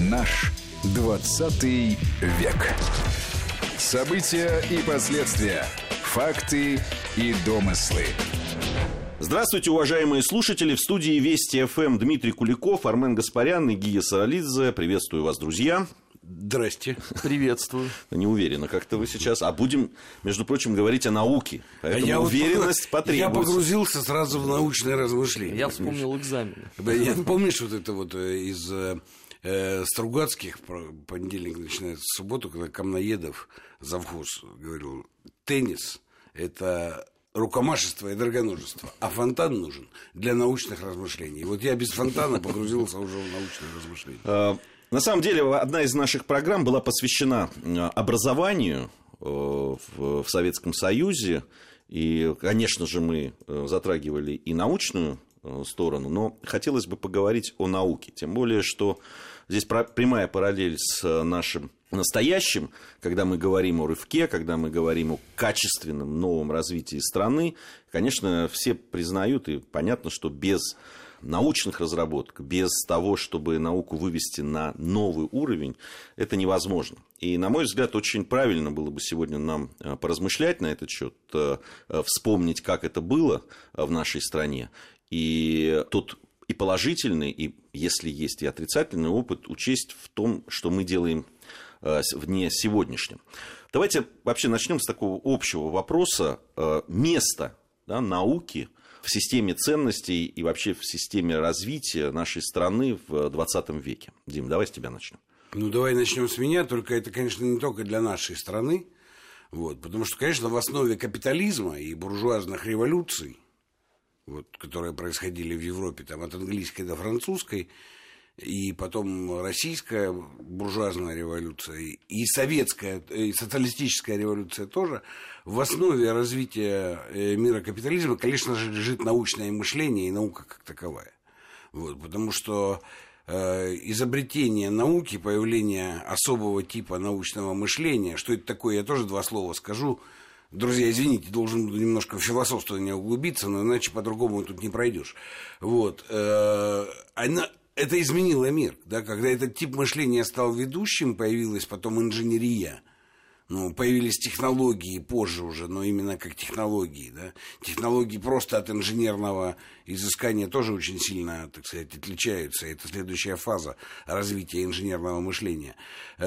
Наш 20 век. События и последствия. Факты и домыслы. Здравствуйте, уважаемые слушатели. В студии Вести ФМ Дмитрий Куликов, Армен Гаспарян и Гия Саралидзе. Приветствую вас, друзья. Здрасте. Приветствую. Не уверена, как-то вы сейчас. А будем, между прочим, говорить о науке. Поэтому уверенность потребуется. Я погрузился сразу в научное размышление. Я вспомнил экзамен. Помнишь вот это вот из Стругацких, понедельник начинается в субботу, когда Камноедов, завхоз, говорил, теннис – это рукомашество и драгоножество, а фонтан нужен для научных размышлений. Вот я без фонтана погрузился уже в научные размышления. На самом деле, одна из наших программ была посвящена образованию в Советском Союзе. И, конечно же, мы затрагивали и научную сторону, но хотелось бы поговорить о науке. Тем более, что здесь прямая параллель с нашим настоящим, когда мы говорим о рывке, когда мы говорим о качественном новом развитии страны. Конечно, все признают, и понятно, что без научных разработок, без того, чтобы науку вывести на новый уровень, это невозможно. И, на мой взгляд, очень правильно было бы сегодня нам поразмышлять на этот счет, вспомнить, как это было в нашей стране. И тут и положительный, и, если есть и отрицательный опыт, учесть в том, что мы делаем в дне сегодняшнем. Давайте вообще начнем с такого общего вопроса. Место науки в системе ценностей и вообще в системе развития нашей страны в 20 веке. Дим, давай с тебя начнем. Ну, давай начнем с меня, только это, конечно, не только для нашей страны. Вот, потому что, конечно, в основе капитализма и буржуазных революций, вот, которые происходили в Европе там, от английской до французской, и потом российская буржуазная революция, и советская, и социалистическая революция тоже, в основе развития мира капитализма, конечно же, лежит научное мышление и наука как таковая. Вот, потому что изобретение науки, появление особого типа научного мышления, что это такое, я тоже два слова скажу. Друзья, извините, должен немножко в философствование углубиться, но иначе по-другому тут не пройдешь. Вот. Это изменило мир, да, когда этот тип мышления стал ведущим, появилась потом инженерия, появились технологии позже уже, но именно как технологии, да. Технологии просто от инженерного изыскания тоже очень сильно, так сказать, отличаются. Это следующая фаза развития инженерного мышления.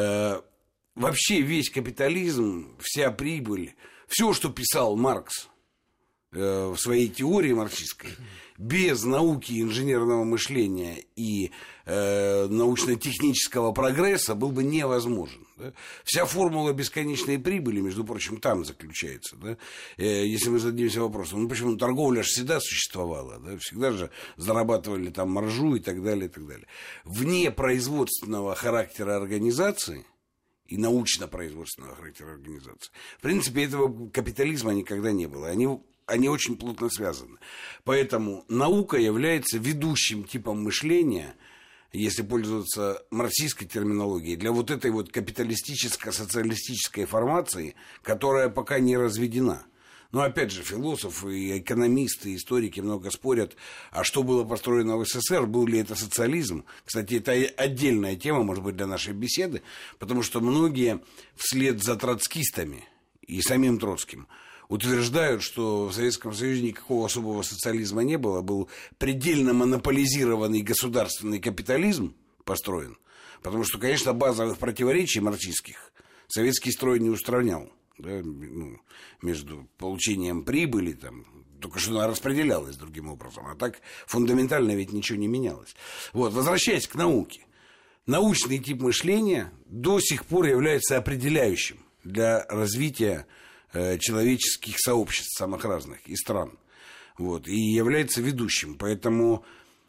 Вообще весь капитализм, вся прибыль, все, что писал Маркс в своей теории марксистской, без науки инженерного мышления и научно-технического прогресса был бы невозможен. Да? Вся формула бесконечной прибыли, между прочим, там заключается. Да? Если мы зададимся вопросом, почему торговля же всегда существовала, да? Всегда же зарабатывали там маржу и так далее, и так далее. Вне производственного характера организации и научно-производственного характера организации, в принципе, этого капитализма никогда не было. Они очень плотно связаны. Поэтому наука является ведущим типом мышления, если пользоваться марксистской терминологией, для вот этой вот капиталистическо-социалистической формации, которая пока не разведена. Но опять же, философы, и экономисты, и историки много спорят, а что было построено в СССР, был ли это социализм. Кстати, это отдельная тема, может быть, для нашей беседы, потому что многие вслед за троцкистами и самим Троцким утверждают, что в Советском Союзе никакого особого социализма не было, был предельно монополизированный государственный капитализм построен, потому что, конечно, базовых противоречий марксистских советский строй не устранял, да, между получением прибыли, там, только что она распределялась другим образом, а так фундаментально ведь ничего не менялось. Вот, возвращаясь к науке. Научный тип мышления до сих пор является определяющим для развития человеческих сообществ самых разных и стран, вот, и является ведущим. Поэтому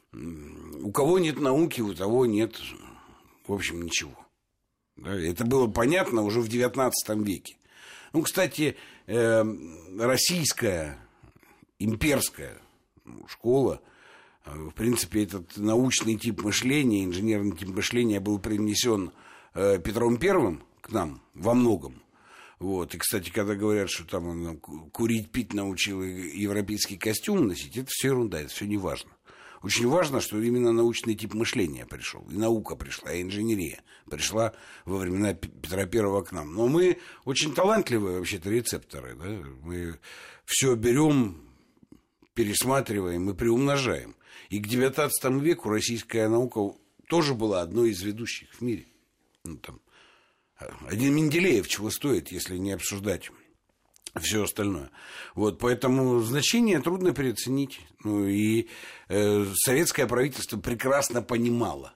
у кого нет науки, у того нет, в общем, ничего. Да, это было понятно уже в XIX веке. Кстати, российская имперская школа, в принципе, этот научный тип мышления, инженерный тип мышления был принесен Петром Первым к нам во многом. Вот. И, кстати, когда говорят, что там он курить, пить научил и европейский костюм носить, это все ерунда, это все не важно. очень важно, что именно научный тип мышления пришел, и наука пришла, и инженерия пришла во времена Петра I к нам. Но мы очень талантливые вообще-то рецепторы, да? Мы все берем, пересматриваем и приумножаем. И к XIX веку российская наука тоже была одной из ведущих в мире. Ну, там, один Менделеев чего стоит, если не обсуждать все остальное. Вот, поэтому значение трудно переоценить. Ну, и советское правительство прекрасно понимало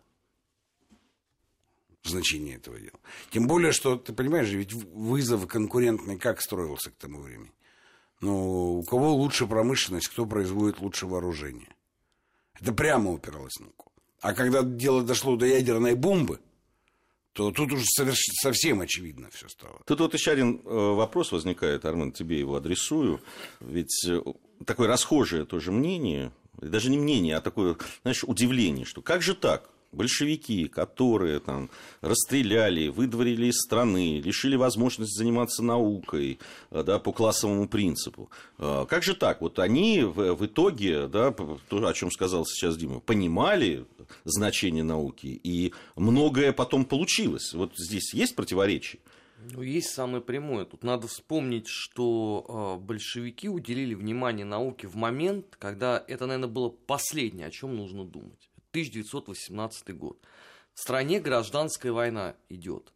значение этого дела. Тем более, что, ты понимаешь, ведь вызов конкурентный как строился к тому времени? Ну, у кого лучше промышленность, кто производит лучше вооружение? Это прямо упиралось в науку. А когда дело дошло до ядерной бомбы, то тут уже совсем очевидно все стало. Тут вот еще один вопрос возникает, Армен, тебе его адресую. Ведь такое расхожее тоже мнение, даже не мнение, а такое, знаешь, удивление, что как же так? Большевики, которые там расстреляли, выдворили из страны, лишили возможности заниматься наукой, да, по классовому принципу. Как же так? Вот они в итоге, да, то, о чем сказал сейчас Дима, понимали значение науки, и многое потом получилось. Вот здесь есть противоречие? Ну, есть самое прямое. Тут надо вспомнить, что большевики уделили внимание науке в момент, когда это, наверное, было последнее, о чем нужно думать. 1918 год. В стране гражданская война идет.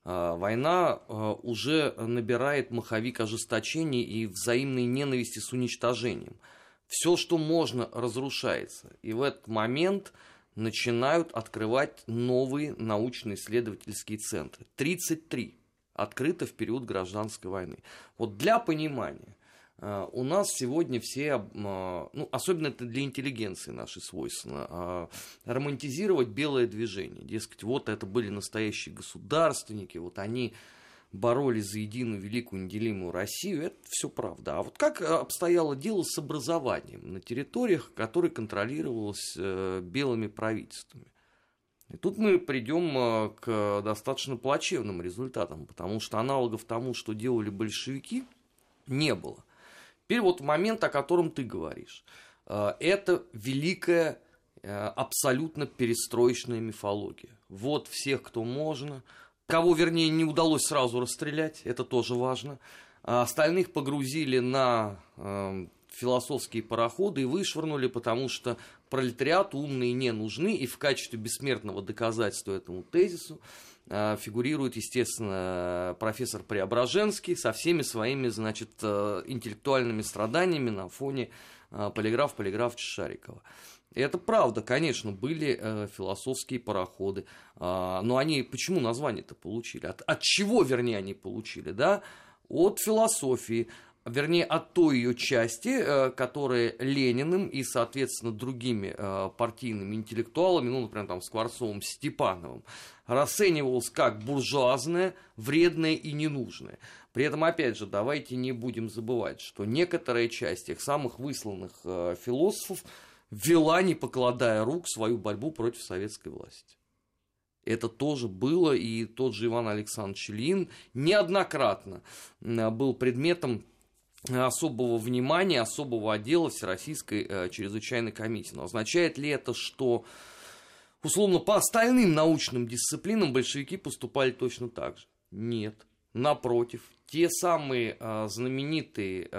Война уже набирает маховик ожесточений и взаимной ненависти с уничтожением. Все, что можно, разрушается. И в этот момент начинают открывать новые научно-исследовательские центры. 33 открыто в период гражданской войны. Вот для понимания. У нас сегодня все, ну, особенно это для интеллигенции нашей свойственно, романтизировать белое движение. Дескать, вот это были настоящие государственники, вот они боролись за единую великую неделимую Россию. Это все правда. А вот как обстояло дело с образованием на территориях, которые контролировалось белыми правительствами? И тут мы придем к достаточно плачевным результатам, потому что аналогов тому, что делали большевики, не было. Теперь вот момент, о котором ты говоришь. Это великая, абсолютно перестроечная мифология. Вот всех, кто можно. Кого, вернее, не удалось сразу расстрелять, это тоже важно. А остальных погрузили на философские пароходы и вышвырнули, потому что пролетариату умные не нужны. И в качестве бессмертного доказательства этому тезису фигурирует, естественно, профессор Преображенский со всеми своими, значит, интеллектуальными страданиями на фоне полиграфа Шарикова. И это правда, конечно, были философские пароходы, но они почему название-то получили? От чего, вернее, они получили, да? От философии. Вернее, от той ее части, которая Лениным и, соответственно, другими партийными интеллектуалами, ну, например, там, Скворцовым, Степановым, расценивалась как буржуазная, вредная и ненужная. При этом, опять же, давайте не будем забывать, что некоторая часть тех самых высланных философов вела, не покладая рук, свою борьбу против советской власти. Это тоже было, и тот же Иван Александрович Ильин неоднократно был предметом особого внимания, особого отдела Всероссийской чрезвычайной комиссии. Но означает ли это, что, условно, по остальным научным дисциплинам большевики поступали точно так же? Нет. Напротив, те самые знаменитые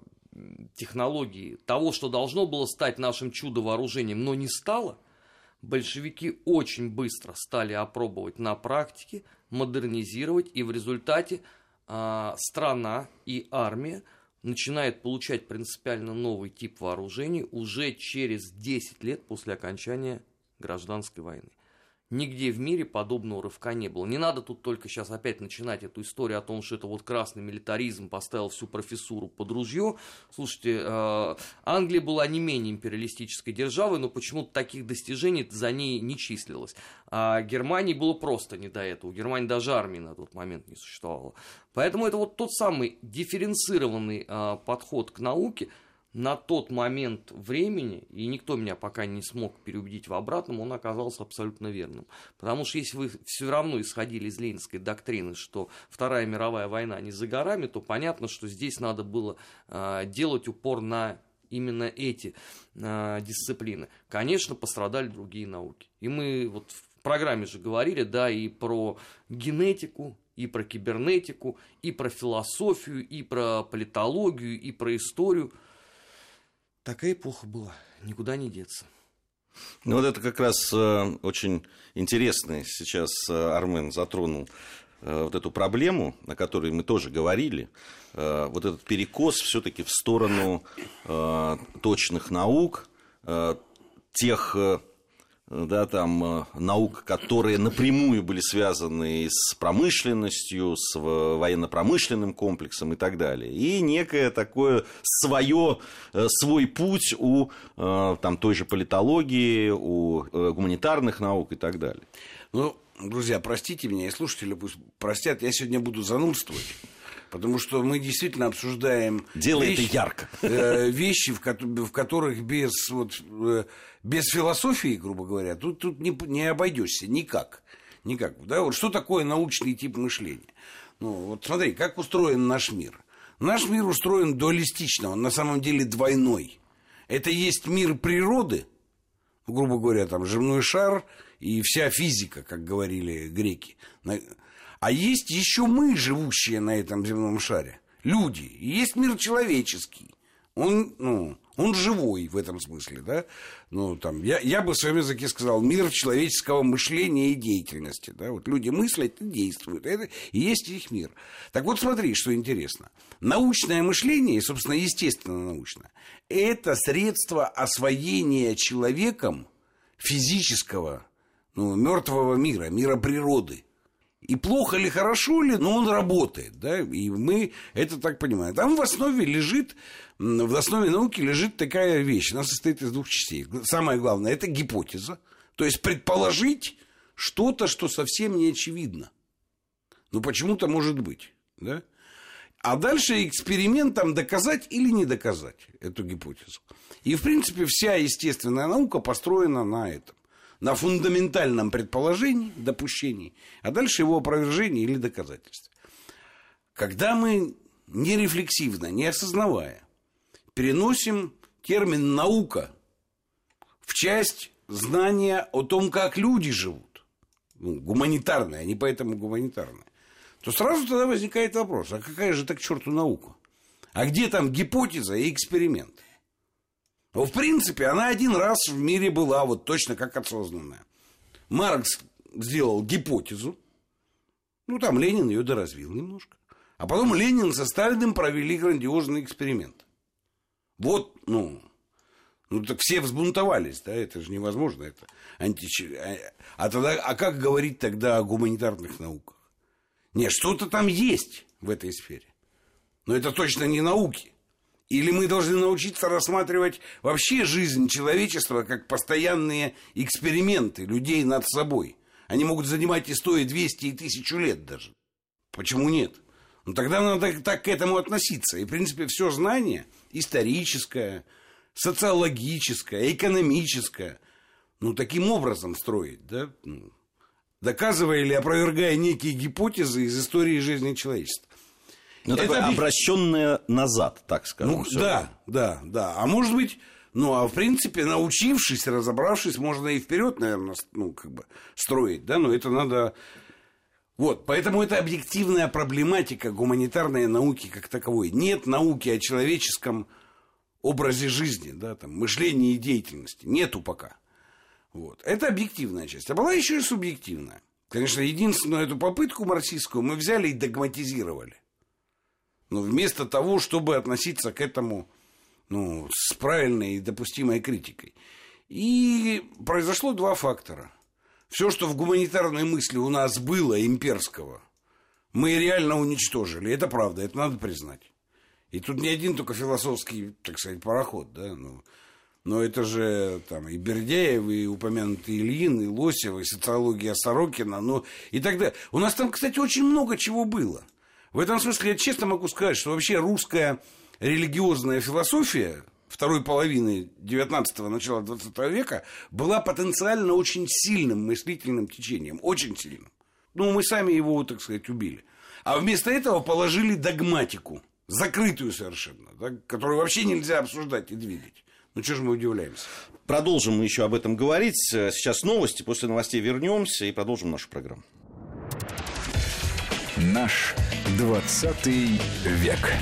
технологии того, что должно было стать нашим чудо-вооружением, но не стало, большевики очень быстро стали опробовать на практике, модернизировать, и в результате страна и армия начинает получать принципиально новый тип вооружений уже через 10 лет после окончания гражданской войны. Нигде в мире подобного рывка не было. Не надо тут только сейчас опять начинать эту историю о том, что это вот красный милитаризм поставил всю профессуру под ружье. Слушайте, Англия была не менее империалистической державой, но почему-то таких достижений за ней не числилось. А Германии было просто не до этого. У Германии даже армии на тот момент не существовало. Поэтому это вот тот самый дифференцированный подход к науке, на тот момент времени, и никто меня пока не смог переубедить в обратном, он оказался абсолютно верным. Потому что если вы все равно исходили из ленинской доктрины, что Вторая мировая война не за горами, то понятно, что здесь надо было делать упор на именно эти дисциплины, конечно, пострадали другие науки. И мы вот в программе же говорили, да, и про генетику, и про кибернетику, и про философию, и про политологию, и про историю. Такая эпоха была, никуда не деться. Ну, вот это как раз очень интересно сейчас Армен затронул вот эту проблему, о которой мы тоже говорили, вот этот перекос все-таки в сторону точных наук, тех, да, там, наук, которые напрямую были связаны с промышленностью, с военно-промышленным комплексом и так далее. И некое такое свой путь у там, той же политологии, у гуманитарных наук и так далее. Ну, друзья, простите меня, и слушатели пусть простят, я сегодня буду занудствовать. Потому что мы действительно обсуждаем вещи, в которых без философии, грубо говоря, тут не обойдешься никак. Да? Вот что такое научный тип мышления? Ну, вот смотри, как устроен наш мир. Наш мир устроен дуалистично, он на самом деле двойной. Это есть мир природы, грубо говоря, там земной шар и вся физика, как говорили греки. А есть еще мы, живущие на этом земном шаре, люди. И есть мир человеческий. Он живой в этом смысле, да? Ну, там, я бы в своем языке сказал, мир человеческого мышления и деятельности. Да? Вот люди мыслят и действуют. Это и есть их мир. Так вот, смотри, что интересно. Научное мышление, и, собственно, естественно научное, это средство освоения человеком физического, мертвого мира, мира природы. И плохо ли, хорошо ли, но он работает, да, и мы это так понимаем. Там в основе науки лежит такая вещь, она состоит из двух частей. Самое главное, это гипотеза, то есть предположить что-то, что совсем не очевидно. Но почему-то может быть, да. А дальше экспериментом доказать или не доказать эту гипотезу. И, в принципе, вся естественная наука построена на этом. На фундаментальном предположении, допущении, а дальше его опровержении или доказательстве. Когда мы нерефлексивно, не осознавая, переносим термин «наука» в часть знания о том, как люди живут, гуманитарная, а не поэтому гуманитарная, то сразу тогда возникает вопрос, а какая же так к черту наука? А где там гипотеза и эксперимент? В принципе, она один раз в мире была, вот точно как осознанная. Маркс сделал гипотезу, там Ленин ее доразвил немножко. А потом Ленин со Сталиным провели грандиозный эксперимент. Вот, так все взбунтовались, да, это же невозможно, это А как говорить тогда о гуманитарных науках? Нет, что-то там есть в этой сфере, но это точно не науки. Или мы должны научиться рассматривать вообще жизнь человечества как постоянные эксперименты людей над собой. Они могут занимать и 100, и 200, и 1000 лет даже. Почему нет? Тогда надо так к этому относиться. И, в принципе, все знание историческое, социологическое, экономическое, таким образом строить, да? Доказывая или опровергая некие гипотезы из истории жизни человечества. Это обращенное назад, так скажем. Да. А может быть, в принципе, научившись, разобравшись, можно и вперед, наверное, строить, да, но это надо. Вот, поэтому это объективная проблематика гуманитарной науки как таковой. Нет науки о человеческом образе жизни, да, там, мышлении и деятельности. Нету пока. Вот. Это объективная часть. А была еще и субъективная. Конечно, единственную эту попытку марксистскую мы взяли и догматизировали. Но вместо того, чтобы относиться к этому с правильной и допустимой критикой. И произошло два фактора. Все, что в гуманитарной мысли у нас было имперского, мы реально уничтожили. Это правда, это надо признать. И тут не один только философский, так сказать, пароход, да, но это же там и Бердяев, и упомянутый Ильин, и Лосев, и социология Сорокина, и так далее. У нас там, кстати, очень много чего было. В этом смысле я честно могу сказать, что вообще русская религиозная философия второй половины 19-го, начала 20 века была потенциально очень сильным мыслительным течением, очень сильным. Мы сами его, так сказать, убили. А вместо этого положили догматику закрытую совершенно, да, которую вообще нельзя обсуждать и двигать. Ну, что же мы удивляемся? Продолжим мы еще об этом говорить. Сейчас новости, после новостей вернемся и продолжим нашу программу. Наш 20 век.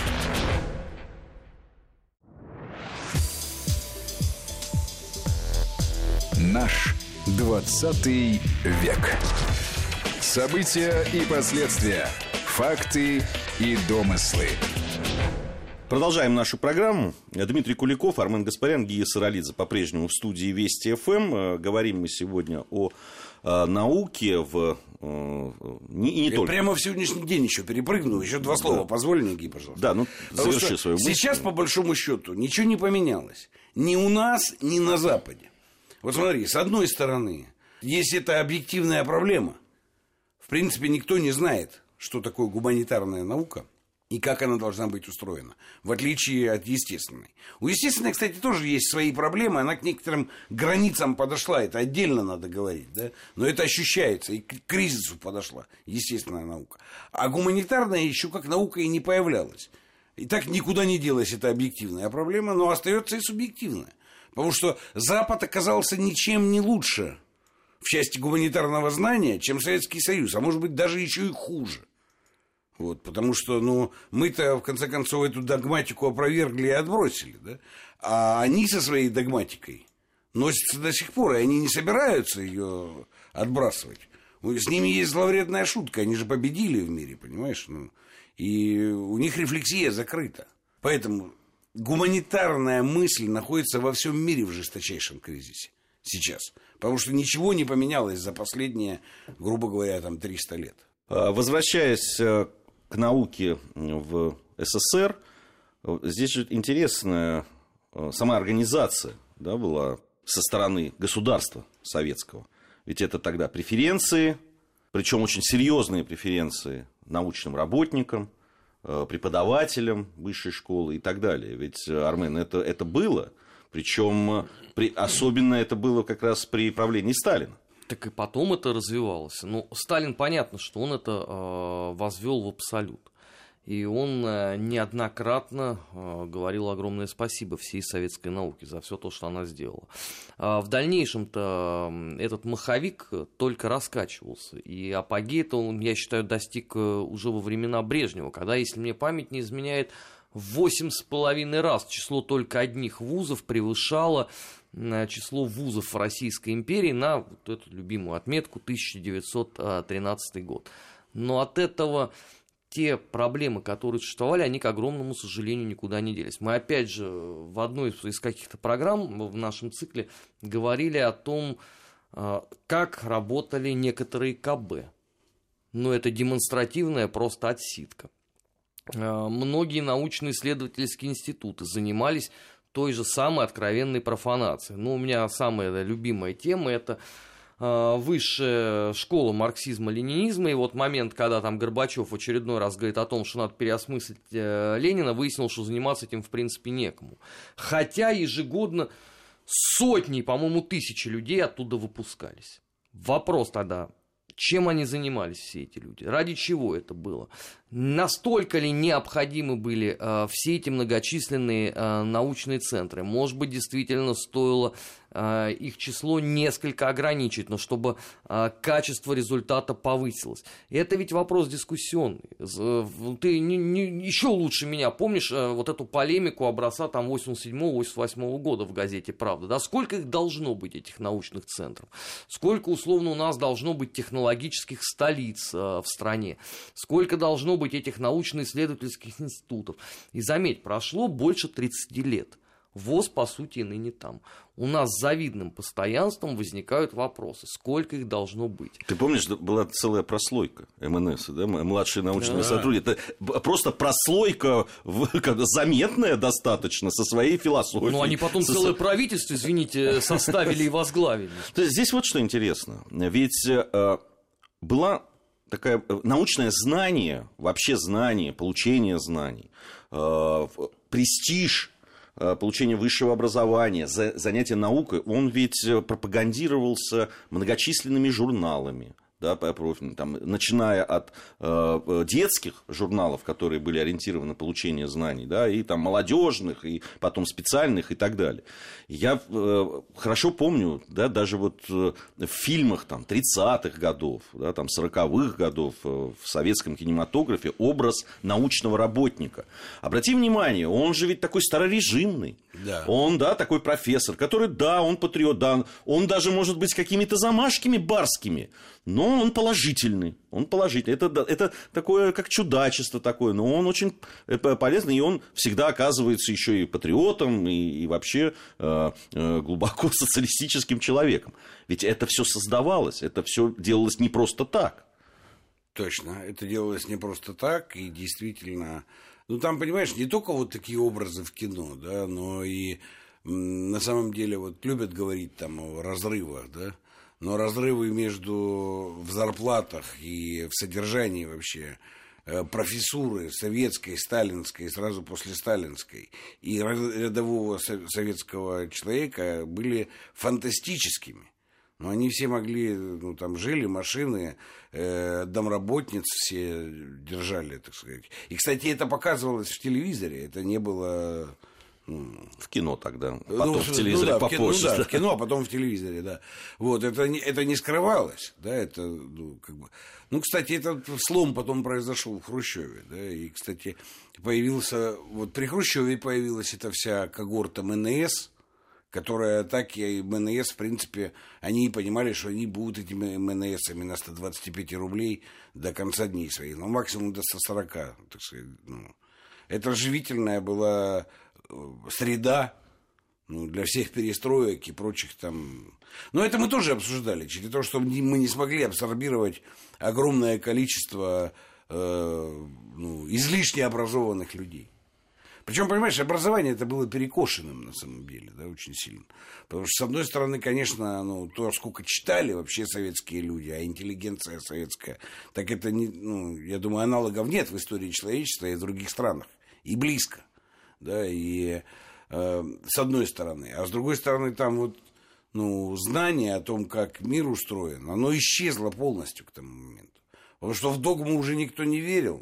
Наш 20 век. События и последствия. Факты и домыслы. Продолжаем нашу программу. Дмитрий Куликов, Армен Гаспарян, Гия Саралидзе по-прежнему в студии Вести ФМ. Говорим мы сегодня о науке не только. Прямо в сегодняшний день еще перепрыгну. Еще два слова позволь мне, Гия, пожалуйста. Да, заверши свою мысль. Сейчас, по большому счету, ничего не поменялось. Ни у нас, ни на Западе. Вот смотри, с одной стороны, если это объективная проблема, в принципе, никто не знает, что такое гуманитарная наука и как она должна быть устроена, в отличие от естественной. У естественной, кстати, тоже есть свои проблемы, она к некоторым границам подошла, это отдельно надо говорить, да? Но это ощущается, и к кризису подошла естественная наука. А гуманитарная еще как наука и не появлялась. И так никуда не делась эта объективная проблема, но остается и субъективная. Потому что Запад оказался ничем не лучше в части гуманитарного знания, чем Советский Союз, а может быть даже еще и хуже. Вот, потому что мы-то, в конце концов, эту догматику опровергли и отбросили. Да? А они со своей догматикой носятся до сих пор, и они не собираются ее отбрасывать. С ними есть зловредная шутка, они же победили в мире, понимаешь? И у них рефлексия закрыта. Поэтому гуманитарная мысль находится во всем мире в жесточайшем кризисе сейчас. Потому что ничего не поменялось за последние, грубо говоря, 300 лет. Возвращаясь к науке в СССР, здесь же интересная сама организация, да, была со стороны государства советского. Ведь это тогда преференции, причем очень серьезные преференции научным работникам, преподавателям высшей школы и так далее. Ведь, Армен, это было, причем особенно это было как раз при правлении Сталина. Так и потом это развивалось. Сталин, понятно, что он это возвел в абсолют. И он неоднократно говорил огромное спасибо всей советской науке за все то, что она сделала. В дальнейшем-то этот маховик только раскачивался. И апогей-то он, я считаю, достиг уже во времена Брежнева, когда, если мне память не изменяет, в 8,5 раз число только одних вузов превышало число вузов в Российской империи на вот эту любимую отметку 1913 год. Но от этого те проблемы, которые существовали, они, к огромному сожалению, никуда не делись. Мы, опять же, в одной из каких-то программ в нашем цикле говорили о том, как работали некоторые КБ. Но это демонстративная просто отсидка. Многие научно-исследовательские институты занимались той же самой откровенной профанацией. У меня самая любимая тема – это высшая школа марксизма-ленинизма. И вот момент, когда там Горбачев в очередной раз говорит о том, что надо переосмыслить Ленина, выяснилось, что заниматься этим в принципе некому. Хотя ежегодно сотни, по-моему, тысячи людей оттуда выпускались. Вопрос тогда, чем они занимались, все эти люди? Ради чего это было? Настолько ли необходимы были все эти многочисленные научные центры? Может быть, действительно стоило их число несколько ограничить, но чтобы качество результата повысилось. И это ведь вопрос дискуссионный. Ты еще лучше меня помнишь вот эту полемику образца 87-88 года в газете «Правда». Да? Сколько их должно быть, этих научных центров? Сколько, условно, у нас должно быть технологических столиц в стране? Сколько должно быть этих научно-исследовательских институтов? И заметь, прошло больше 30 лет. ВОЗ, по сути, и ныне там. У нас с завидным постоянством возникают вопросы, сколько их должно быть. Ты помнишь, была целая прослойка МНС, да? Младшие научные сотрудники. Это просто прослойка заметная достаточно со своей философией. Ну, они потом целое правительство, извините, составили и возглавили. То есть здесь вот что интересно. Ведь была такая научное знание, вообще знание, получение знаний, престиж, получение высшего образования, занятие наукой, он ведь пропагандировался многочисленными журналами, да, профильных, там, начиная от детских журналов, которые были ориентированы на получение знаний, да, и там молодежных, и потом специальных и так далее. Я хорошо помню, да, даже вот в фильмах там, 30-х годов, да, там, 40-х годов в советском кинематографе образ научного работника. Обрати внимание, он же ведь такой старорежимный. Да. Он, да, такой профессор, который, да, он патриот, да, он даже может быть с какими-то замашками барскими, но он положительный. Он положительный. Это такое, как чудачество такое, но он очень полезный, и он всегда оказывается еще и патриотом, и вообще глубоко социалистическим человеком. Ведь это все создавалось, это все делалось не просто так. Точно, это делалось не просто так, и действительно... Ну, там, понимаешь, не только вот такие образы в кино, да, но и на самом деле вот любят говорить там о разрывах, да, но разрывы в зарплатах и в содержании вообще профессуры советской, сталинской, сразу после сталинской и рядового советского человека были фантастическими. Но они все могли, ну, там, жили, машины, домработниц все держали, так сказать. И, кстати, это показывалось в телевизоре, это не было... В кино тогда, потом в телевизоре попозже. В кино, а потом в телевизоре, да. Вот, это не скрывалось, да, это, ну, как бы... Ну, кстати, этот слом потом произошел в Хрущеве, да, и, кстати, появился... Вот при Хрущеве появилась эта вся когорта МНС, которая так и МНС, в принципе, они понимали, что они будут этими МНСами на 125 рублей до конца дней своих, ну, максимум до 140, так сказать. Ну. Это живительная была среда, ну, для всех перестроек и прочих там... Но это мы тоже обсуждали, через то, что мы не смогли абсорбировать огромное количество излишне образованных людей. Причем, понимаешь, образование это было перекошенным на самом деле, да, очень сильно. Потому что, с одной стороны, конечно, ну, то, сколько читали вообще советские люди, а интеллигенция советская, так это, не, ну, я думаю, аналогов нет в истории человечества и в других странах. И близко, да, и с одной стороны. А с другой стороны, там вот, ну, знание о том, как мир устроен, оно исчезло полностью к тому моменту. Потому что в догму уже никто не верил,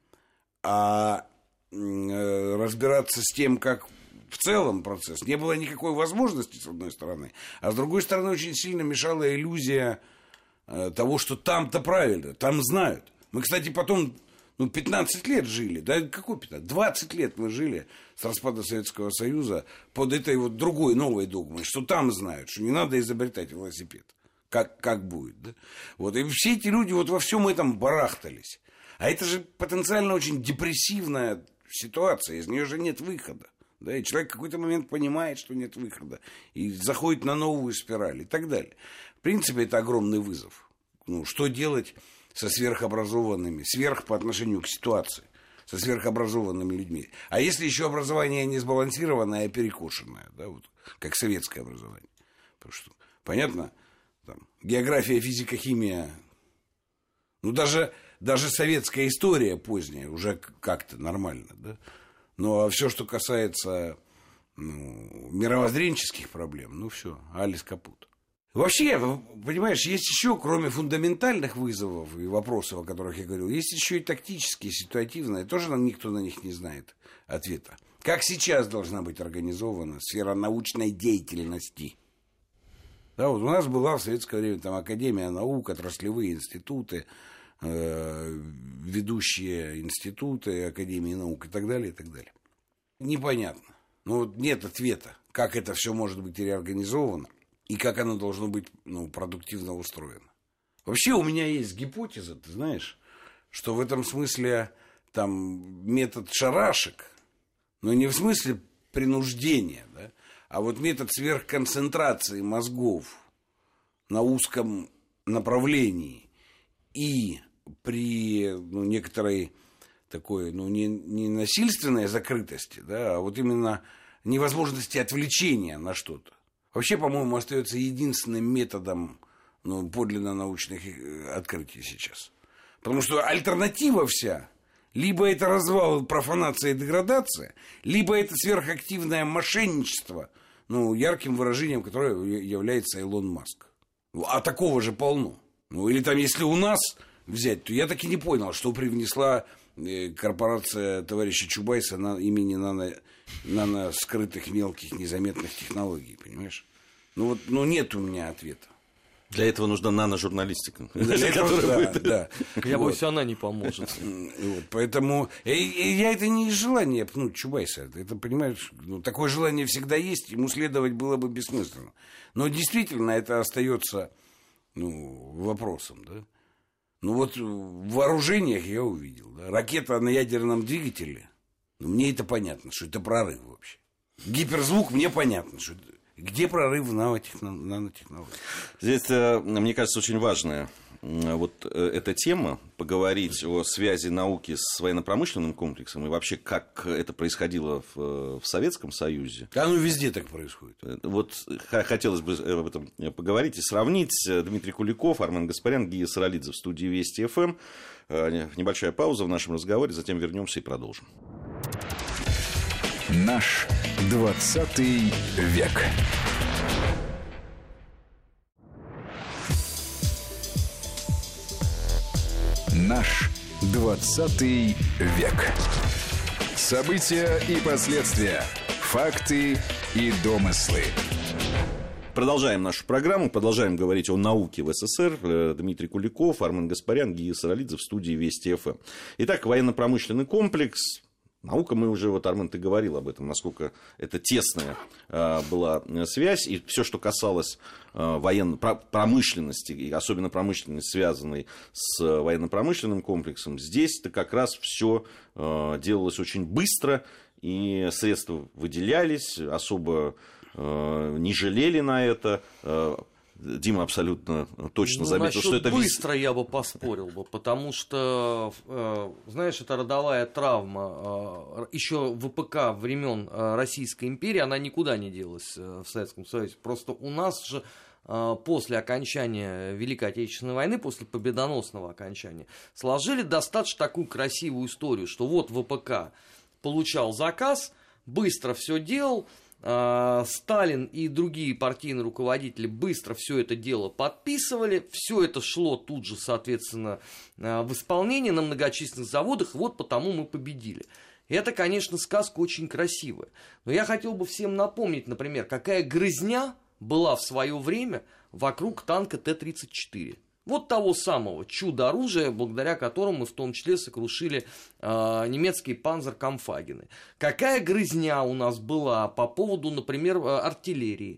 а... разбираться с тем, как в целом процесс, не было никакой возможности, с одной стороны, а с другой стороны очень сильно мешала иллюзия того, что там-то правильно, там знают. Мы, кстати, потом 15 лет жили, да, какой 15? 20 лет мы жили с распада Советского Союза под этой вот другой новой догмой, что там знают, что не надо изобретать велосипед, как будет, да? Вот, и все эти люди вот во всем этом барахтались. А это же потенциально очень депрессивная ситуация, из нее же нет выхода. Да? И человек в какой-то момент понимает, что нет выхода, и заходит на новую спираль и так далее. В принципе, это огромный вызов. Ну, что делать со сверхобразованными, сверх по отношению к ситуации, со сверхобразованными людьми? А если еще образование не сбалансированное, а перекошенное, да, вот, как советское образование? Потому что, понятно, там, география, физика, химия, ну, даже советская история поздняя уже как-то нормально, да? Но все, что касается мировоззренческих проблем, ну все, алис капут. Вообще, понимаешь, есть еще, кроме фундаментальных вызовов и вопросов, о которых я говорил, есть еще и тактические, ситуативные, тоже никто на них не знает ответа. Как сейчас должна быть организована сфера научной деятельности? Да, вот у нас была в советское время там Академия наук, отраслевые институты, ведущие институты, Академии наук и так далее, и так далее. Непонятно. Но вот нет ответа, как это все может быть реорганизовано и как оно должно быть продуктивно устроено. Вообще у меня есть гипотеза, ты знаешь, что в этом смысле там метод шарашек, но не в смысле принуждения, да, а вот метод сверхконцентрации мозгов на узком направлении и при некоторой такой, не насильственной закрытости, да, а вот именно невозможности отвлечения на что-то. Вообще, по-моему, остается единственным методом подлинно научных открытий сейчас. Потому что альтернатива вся, либо это развал, профанация и деградация, либо это сверхактивное мошенничество, ярким выражением которое является Илон Маск. А такого же полно. Ну, или там, если у нас взять, то я так и не понял, что привнесла корпорация товарища Чубайса имени нано-скрытых мелких незаметных технологий, понимаешь? Ну, вот, нет у меня ответа. Для этого нужна нано-журналистика. Да. Я боюсь, она не поможет. Поэтому я это не из желания пнуть Чубайса. Это, понимаешь, такое желание всегда есть, ему следовать было бы бессмысленно. Но действительно это остается вопросом, да? Ну вот в вооружениях я увидел, да? Ракета на ядерном двигателе, мне это понятно, что это прорыв вообще. Гиперзвук мне понятно, что где прорыв в нанотехнологии. Здесь, мне кажется, очень важная вот эта тема, поговорить о связи науки с военно-промышленным комплексом и вообще, как это происходило в Советском Союзе. Да, везде так происходит. Вот хотелось бы об этом поговорить и сравнить. Дмитрий Куликов, Армен Гаспарян, Гия Саралидзе в студии Вести ФМ. Небольшая пауза в нашем разговоре, затем вернемся и продолжим. Наш 20 век. Наш 20 век. События и последствия. Факты и домыслы. Продолжаем нашу программу, продолжаем говорить о науке в СССР. Дмитрий Куликов, Армен Гаспарян, Гия Саралидзе в студии Вести ФМ. Итак, военно-промышленный комплекс. Наука, мы уже, Армен, ты говорил об этом, насколько это тесная была связь, и все, что касалось военно-промышленности, и особенно промышленности, связанной с военно-промышленным комплексом, здесь-то как раз все делалось очень быстро, и средства выделялись, особо не жалели на это. Дима абсолютно точно заметил, что это быстро я бы поспорил бы, потому что, знаешь, это родовая травма. Еще ВПК времен Российской империи, она никуда не делась в Советском Союзе. Просто у нас же после окончания Великой Отечественной войны, после победоносного окончания, сложили достаточно такую красивую историю, что вот ВПК получал заказ, быстро все делал, Сталин и другие партийные руководители быстро все это дело подписывали, все это шло тут же, соответственно, в исполнение на многочисленных заводах, и вот потому мы победили. Это, конечно, сказка очень красивая, но я хотел бы всем напомнить, например, какая грызня была в свое время вокруг танка Т-34. Вот того самого чудо-оружия, благодаря которому мы в том числе сокрушили немецкие панзеркамфагены. Какая грызня у нас была по поводу, например, артиллерии.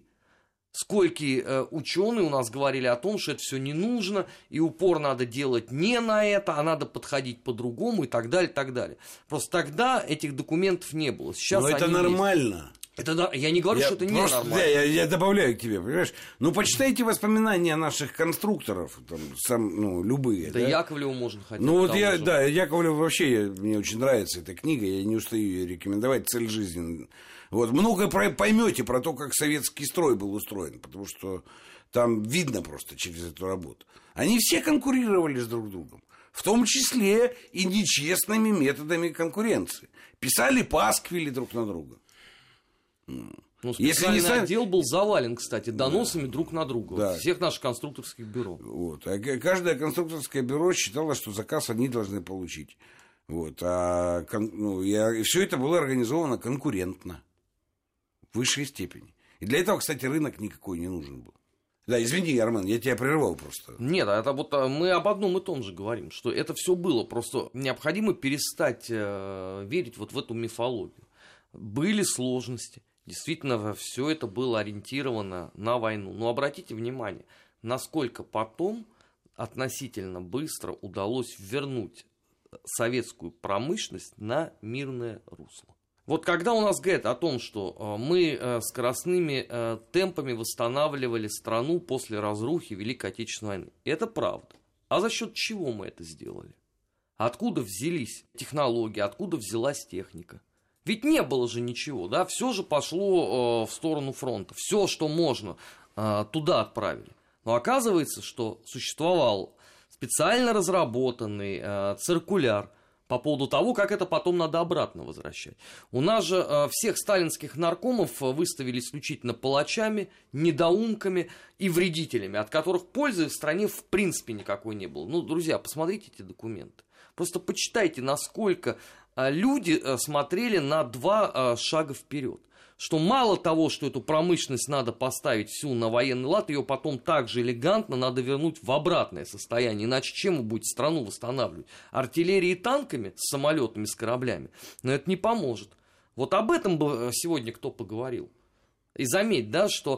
Сколько ученые у нас говорили о том, что это все не нужно, и упор надо делать не на это, а надо подходить по-другому и так далее, и так далее. Просто тогда этих документов не было. Сейчас но это нормально. Есть. Это да, я не говорю, что это не нормально. Да, я добавляю к тебе, понимаешь? Почитайте воспоминания наших конструкторов, там, любые. Да, Яковлева можно хотя бы. Яковлев вообще, мне очень нравится эта книга, я не устаю ее рекомендовать, «Цель жизни». Вот, много поймете про то, как советский строй был устроен, потому что там видно просто через эту работу. Они все конкурировали с друг другом, в том числе и нечестными методами конкуренции. Писали пасквили друг на друга. Специальный отдел был завален, кстати, доносами друг на друга всех наших конструкторских бюро. Вот. А каждое конструкторское бюро считало, что заказ они должны получить. Вот. И все это было организовано конкурентно в высшей степени. И для этого, кстати, рынок никакой не нужен был. Да, извини, Армен, я тебя прервал просто. Нет, это мы об одном и том же говорим, что это все было. Просто необходимо перестать верить вот в эту мифологию. Были сложности. Действительно, все это было ориентировано на войну. Но обратите внимание, насколько потом относительно быстро удалось вернуть советскую промышленность на мирное русло. Вот когда у нас говорят о том, что мы скоростными темпами восстанавливали страну после разрухи Великой Отечественной войны, это правда. А за счет чего мы это сделали? Откуда взялись технологии, откуда взялась техника? Ведь не было же ничего, да, все же пошло в сторону фронта, все, что можно, туда отправили. Но оказывается, что существовал специально разработанный циркуляр по поводу того, как это потом надо обратно возвращать. У нас же всех сталинских наркомов выставили исключительно палачами, недоумками и вредителями, от которых пользы в стране в принципе никакой не было. Ну, друзья, посмотрите эти документы. Просто почитайте, насколько люди смотрели на 2 шага вперед. Что мало того, что эту промышленность надо поставить всю на военный лад, ее потом также элегантно надо вернуть в обратное состояние. Иначе чем вы будете страну восстанавливать? Артиллерией и танками, с самолетами, с кораблями? Но это не поможет. Вот об этом бы сегодня кто поговорил. И заметь, да, что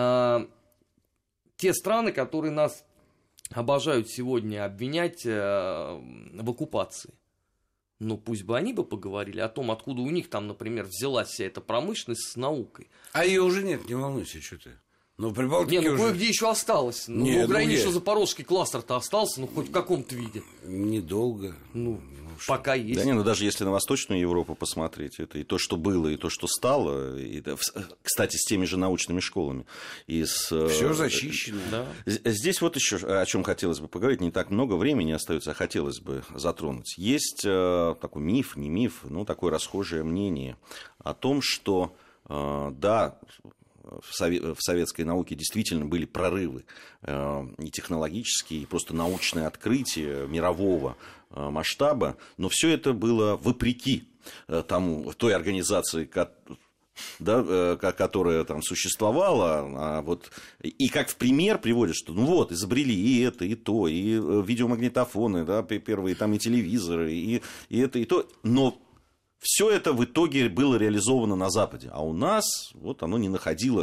те страны, которые нас обожают сегодня обвинять в оккупации, ну, пусть бы они бы поговорили о том, откуда у них там, например, взялась вся эта промышленность с наукой. А ее уже нет, не волнуйся, что ты. Ну, Прибалтике не, ну уже... кое-где еще осталось. Ну, в Украине еще Запорожский кластер-то остался, ну, хоть в каком-то виде. Недолго. Ну, пока есть. Да не, ну даже если на Восточную Европу посмотреть, это и то, что было, и то, что стало, и, кстати, с теми же научными школами. Все зачищено. Да. Здесь вот еще о чем хотелось бы поговорить, не так много времени остается, а хотелось бы затронуть. Есть такой миф, не миф, ну, такое расхожее мнение о том, что, да, в советской науке действительно были прорывы и технологические, и просто научные открытия мирового масштаба, но все это было вопреки той организации, да, которая там существовала, и как в пример приводят, что ну вот, изобрели и это, и то, и видеомагнитофоны, да, первые там и телевизоры, и это, и то, но все это в итоге было реализовано на Западе, а у нас вот оно не находило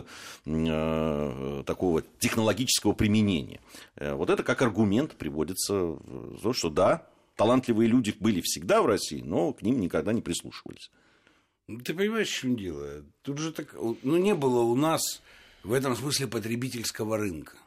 такого технологического применения. Вот это как аргумент приводится, что да, талантливые люди были всегда в России, но к ним никогда не прислушивались. Ты понимаешь, в чем дело? Тут же так, ну, не было у нас в этом смысле потребительского рынка.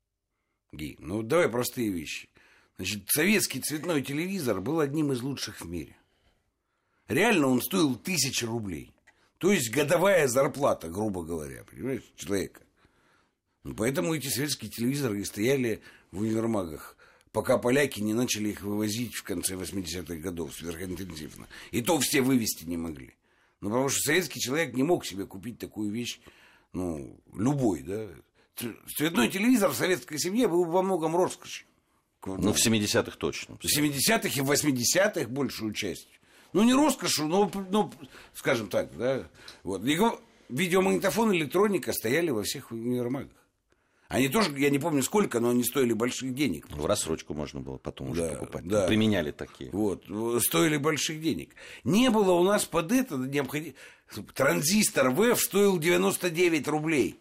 Ну, давай простые вещи. Значит, советский цветной телевизор был одним из лучших в мире. Реально он стоил 1000 рублей. То есть годовая зарплата, грубо говоря, понимаешь, человека. Ну, поэтому эти советские телевизоры и стояли в универмагах, пока поляки не начали их вывозить в конце 80-х годов сверхинтенсивно. И то все вывести не могли. Ну, потому что советский человек не мог себе купить такую вещь, ну, любой, да. Цветной телевизор в советской семье был во многом роскошью. Ну, в 70-х точно. В 70-х и в 80-х большую часть. Ну, не роскошью, но, скажем так, да. Вот. Видеомагнитофон и электроника стояли во всех универмагах. Они тоже, я не помню сколько, но они стоили больших денег. В рассрочку можно было потом уже покупать. Да. Применяли такие. Вот, стоили больших денег. Не было у нас под это необходимо... Транзистор ВЭФ стоил 99 рублей.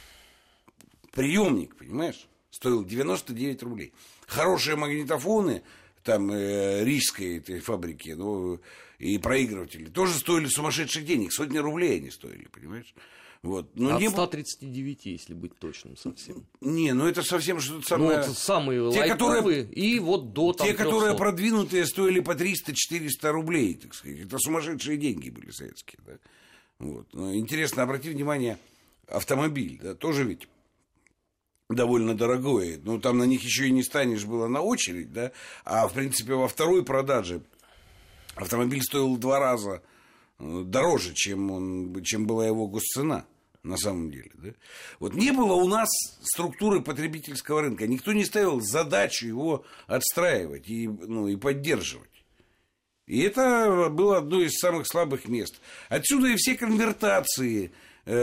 Приемник, понимаешь, стоил 99 рублей. Хорошие магнитофоны, там, рижской этой фабрики, ну, и проигрыватели, тоже стоили сумасшедших денег. Сотни рублей они стоили, понимаешь? Вот. Но от 139, если быть точным совсем. Не, ну это совсем что-то самое... Ну, вот самые лайтовые, и вот до там те, 300. которые продвинутые, стоили по 300-400 рублей, так сказать. Это сумасшедшие деньги были советские, да. Вот. Но интересно, обрати внимание, автомобиль, да, тоже ведь довольно дорогой. Ну, там на них еще и не станешь, было на очередь, да. А, в принципе, во второй продаже автомобиль стоил в 2 раза дороже, чем была его госцена. На самом деле, да? Вот не было у нас структуры потребительского рынка. Никто не ставил задачу его отстраивать и поддерживать. И это было одно из самых слабых мест. Отсюда и все конвертации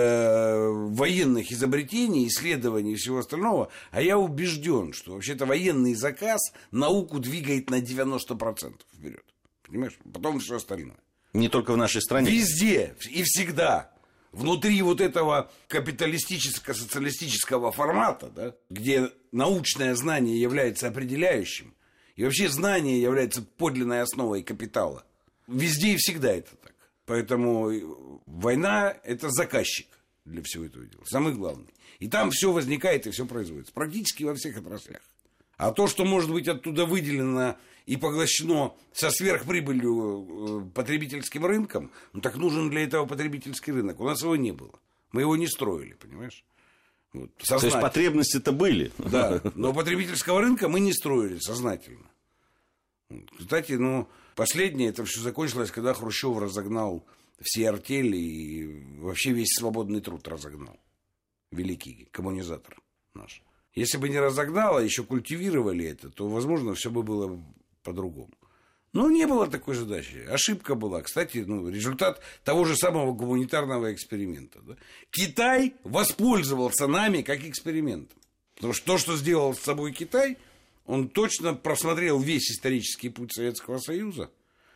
военных изобретений, исследований и всего остального. А я убежден, что вообще-то военный заказ науку двигает на 90% вперед. Понимаешь? Потом все остальное. Не только в нашей стране. Везде и всегда. Внутри вот этого капиталистическо-социалистического формата, да, где научное знание является определяющим, и вообще знание является подлинной основой капитала. Везде и всегда это так. Поэтому война – это заказчик для всего этого дела. Самый главный. И там все возникает и все производится. Практически во всех отраслях. А то, что может быть оттуда выделено и поглощено со сверхприбылью потребительским рынком, ну так нужен для этого потребительский рынок. У нас его не было. Мы его не строили, понимаешь? Вот, то есть потребности-то были. Да, но потребительского рынка мы не строили сознательно. Кстати, Последнее это все закончилось, когда Хрущев разогнал все артели и вообще весь свободный труд разогнал. Великий коммунизатор наш. Если бы не разогнал, а еще культивировали это, то, возможно, все бы было по-другому. Но не было такой задачи. Ошибка была. Кстати, результат того же самого гуманитарного эксперимента. Да? Китай воспользовался нами как экспериментом. Потому что то, что сделал с собой Китай, он точно просмотрел весь исторический путь Советского Союза,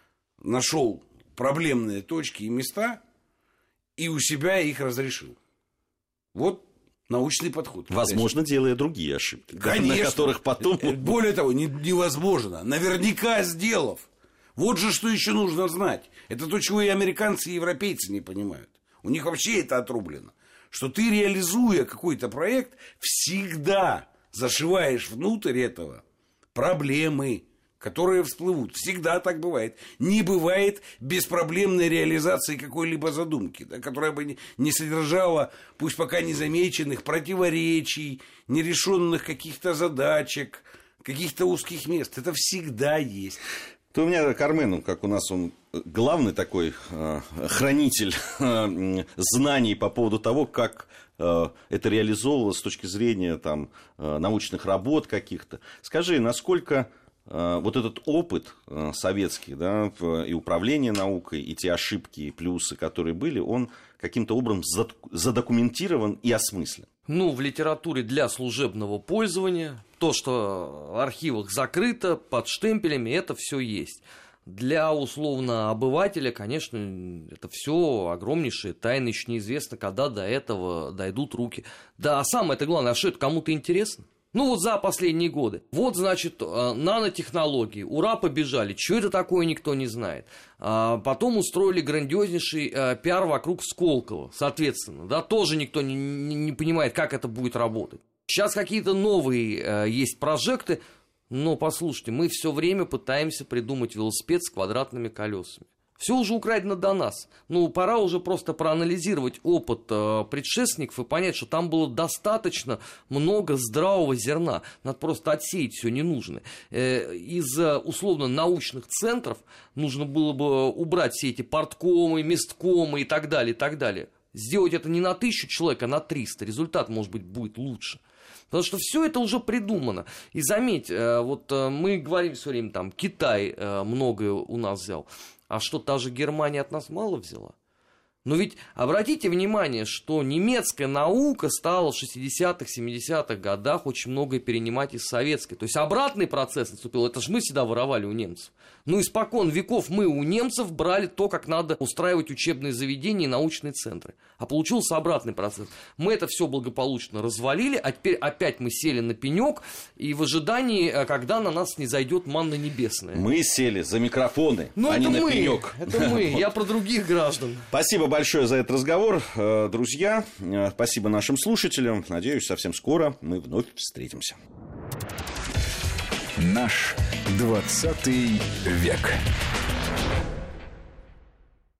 нашел проблемные точки и места, и у себя их разрешил. Вот научный подход. Возможно, делая другие ошибки. Конечно. На которых потом... Более того, невозможно. Наверняка сделав. Вот же что еще нужно знать. Это то, чего и американцы, и европейцы не понимают. У них вообще это отрублено. Что ты, реализуя какой-то проект, всегда зашиваешь внутрь этого проблемы, которые всплывут. Всегда так бывает. Не бывает беспроблемной реализации какой-либо задумки, да, которая бы не содержала, пусть пока незамеченных, противоречий, нерешенных каких-то задачек, каких-то узких мест. Это всегда есть. То у меня Кармен, как у нас он главный такой хранитель знаний по поводу того, как это реализовывалось с точки зрения там, научных работ каких-то. Скажи, насколько вот этот опыт советский, да, и управление наукой, и те ошибки и плюсы, которые были, он каким-то образом задокументирован и осмыслен? В литературе для служебного пользования, то, что в архивах закрыто, под штемпелями, это все есть. Для условно обывателя, конечно, это все огромнейшие тайны, еще неизвестно, когда до этого дойдут руки. Да, а самое-то главное, а что это кому-то интересно? За последние годы. Вот, значит, нанотехнологии. Ура, побежали. Что это такое, никто не знает. Потом устроили грандиознейший пиар вокруг Сколково. Соответственно, да, тоже никто не понимает, как это будет работать. Сейчас какие-то новые есть прожекты. Но, послушайте, мы все время пытаемся придумать велосипед с квадратными колесами. Все уже украдено до нас. Пора уже просто проанализировать опыт предшественников и понять, что там было достаточно много здравого зерна. Надо просто отсеять все ненужное. Из условно-научных центров нужно было бы убрать все эти порткомы, месткомы и так далее, и так далее. Сделать это не на 1000 человек, а на 300. Результат, может быть, будет лучше. Потому что все это уже придумано. И заметь, мы говорим все время, там, Китай многое у нас взял. А что, та же Германия от нас мало взяла? Но ведь обратите внимание, что немецкая наука стала в 60-х, 70-х годах очень многое перенимать из советской. То есть обратный процесс наступил. Это же мы всегда воровали у немцев. Испокон веков мы у немцев брали то, как надо устраивать учебные заведения и научные центры. А получился обратный процесс. Мы это все благополучно развалили, а теперь опять мы сели на пенек и в ожидании, когда на нас не зайдет манна небесная. Мы сели за микрофоны, а не на пенек. Это мы, я про других граждан. Спасибо большое за этот разговор, друзья. Спасибо нашим слушателям. Надеюсь, совсем скоро мы вновь встретимся. Наш 20 век.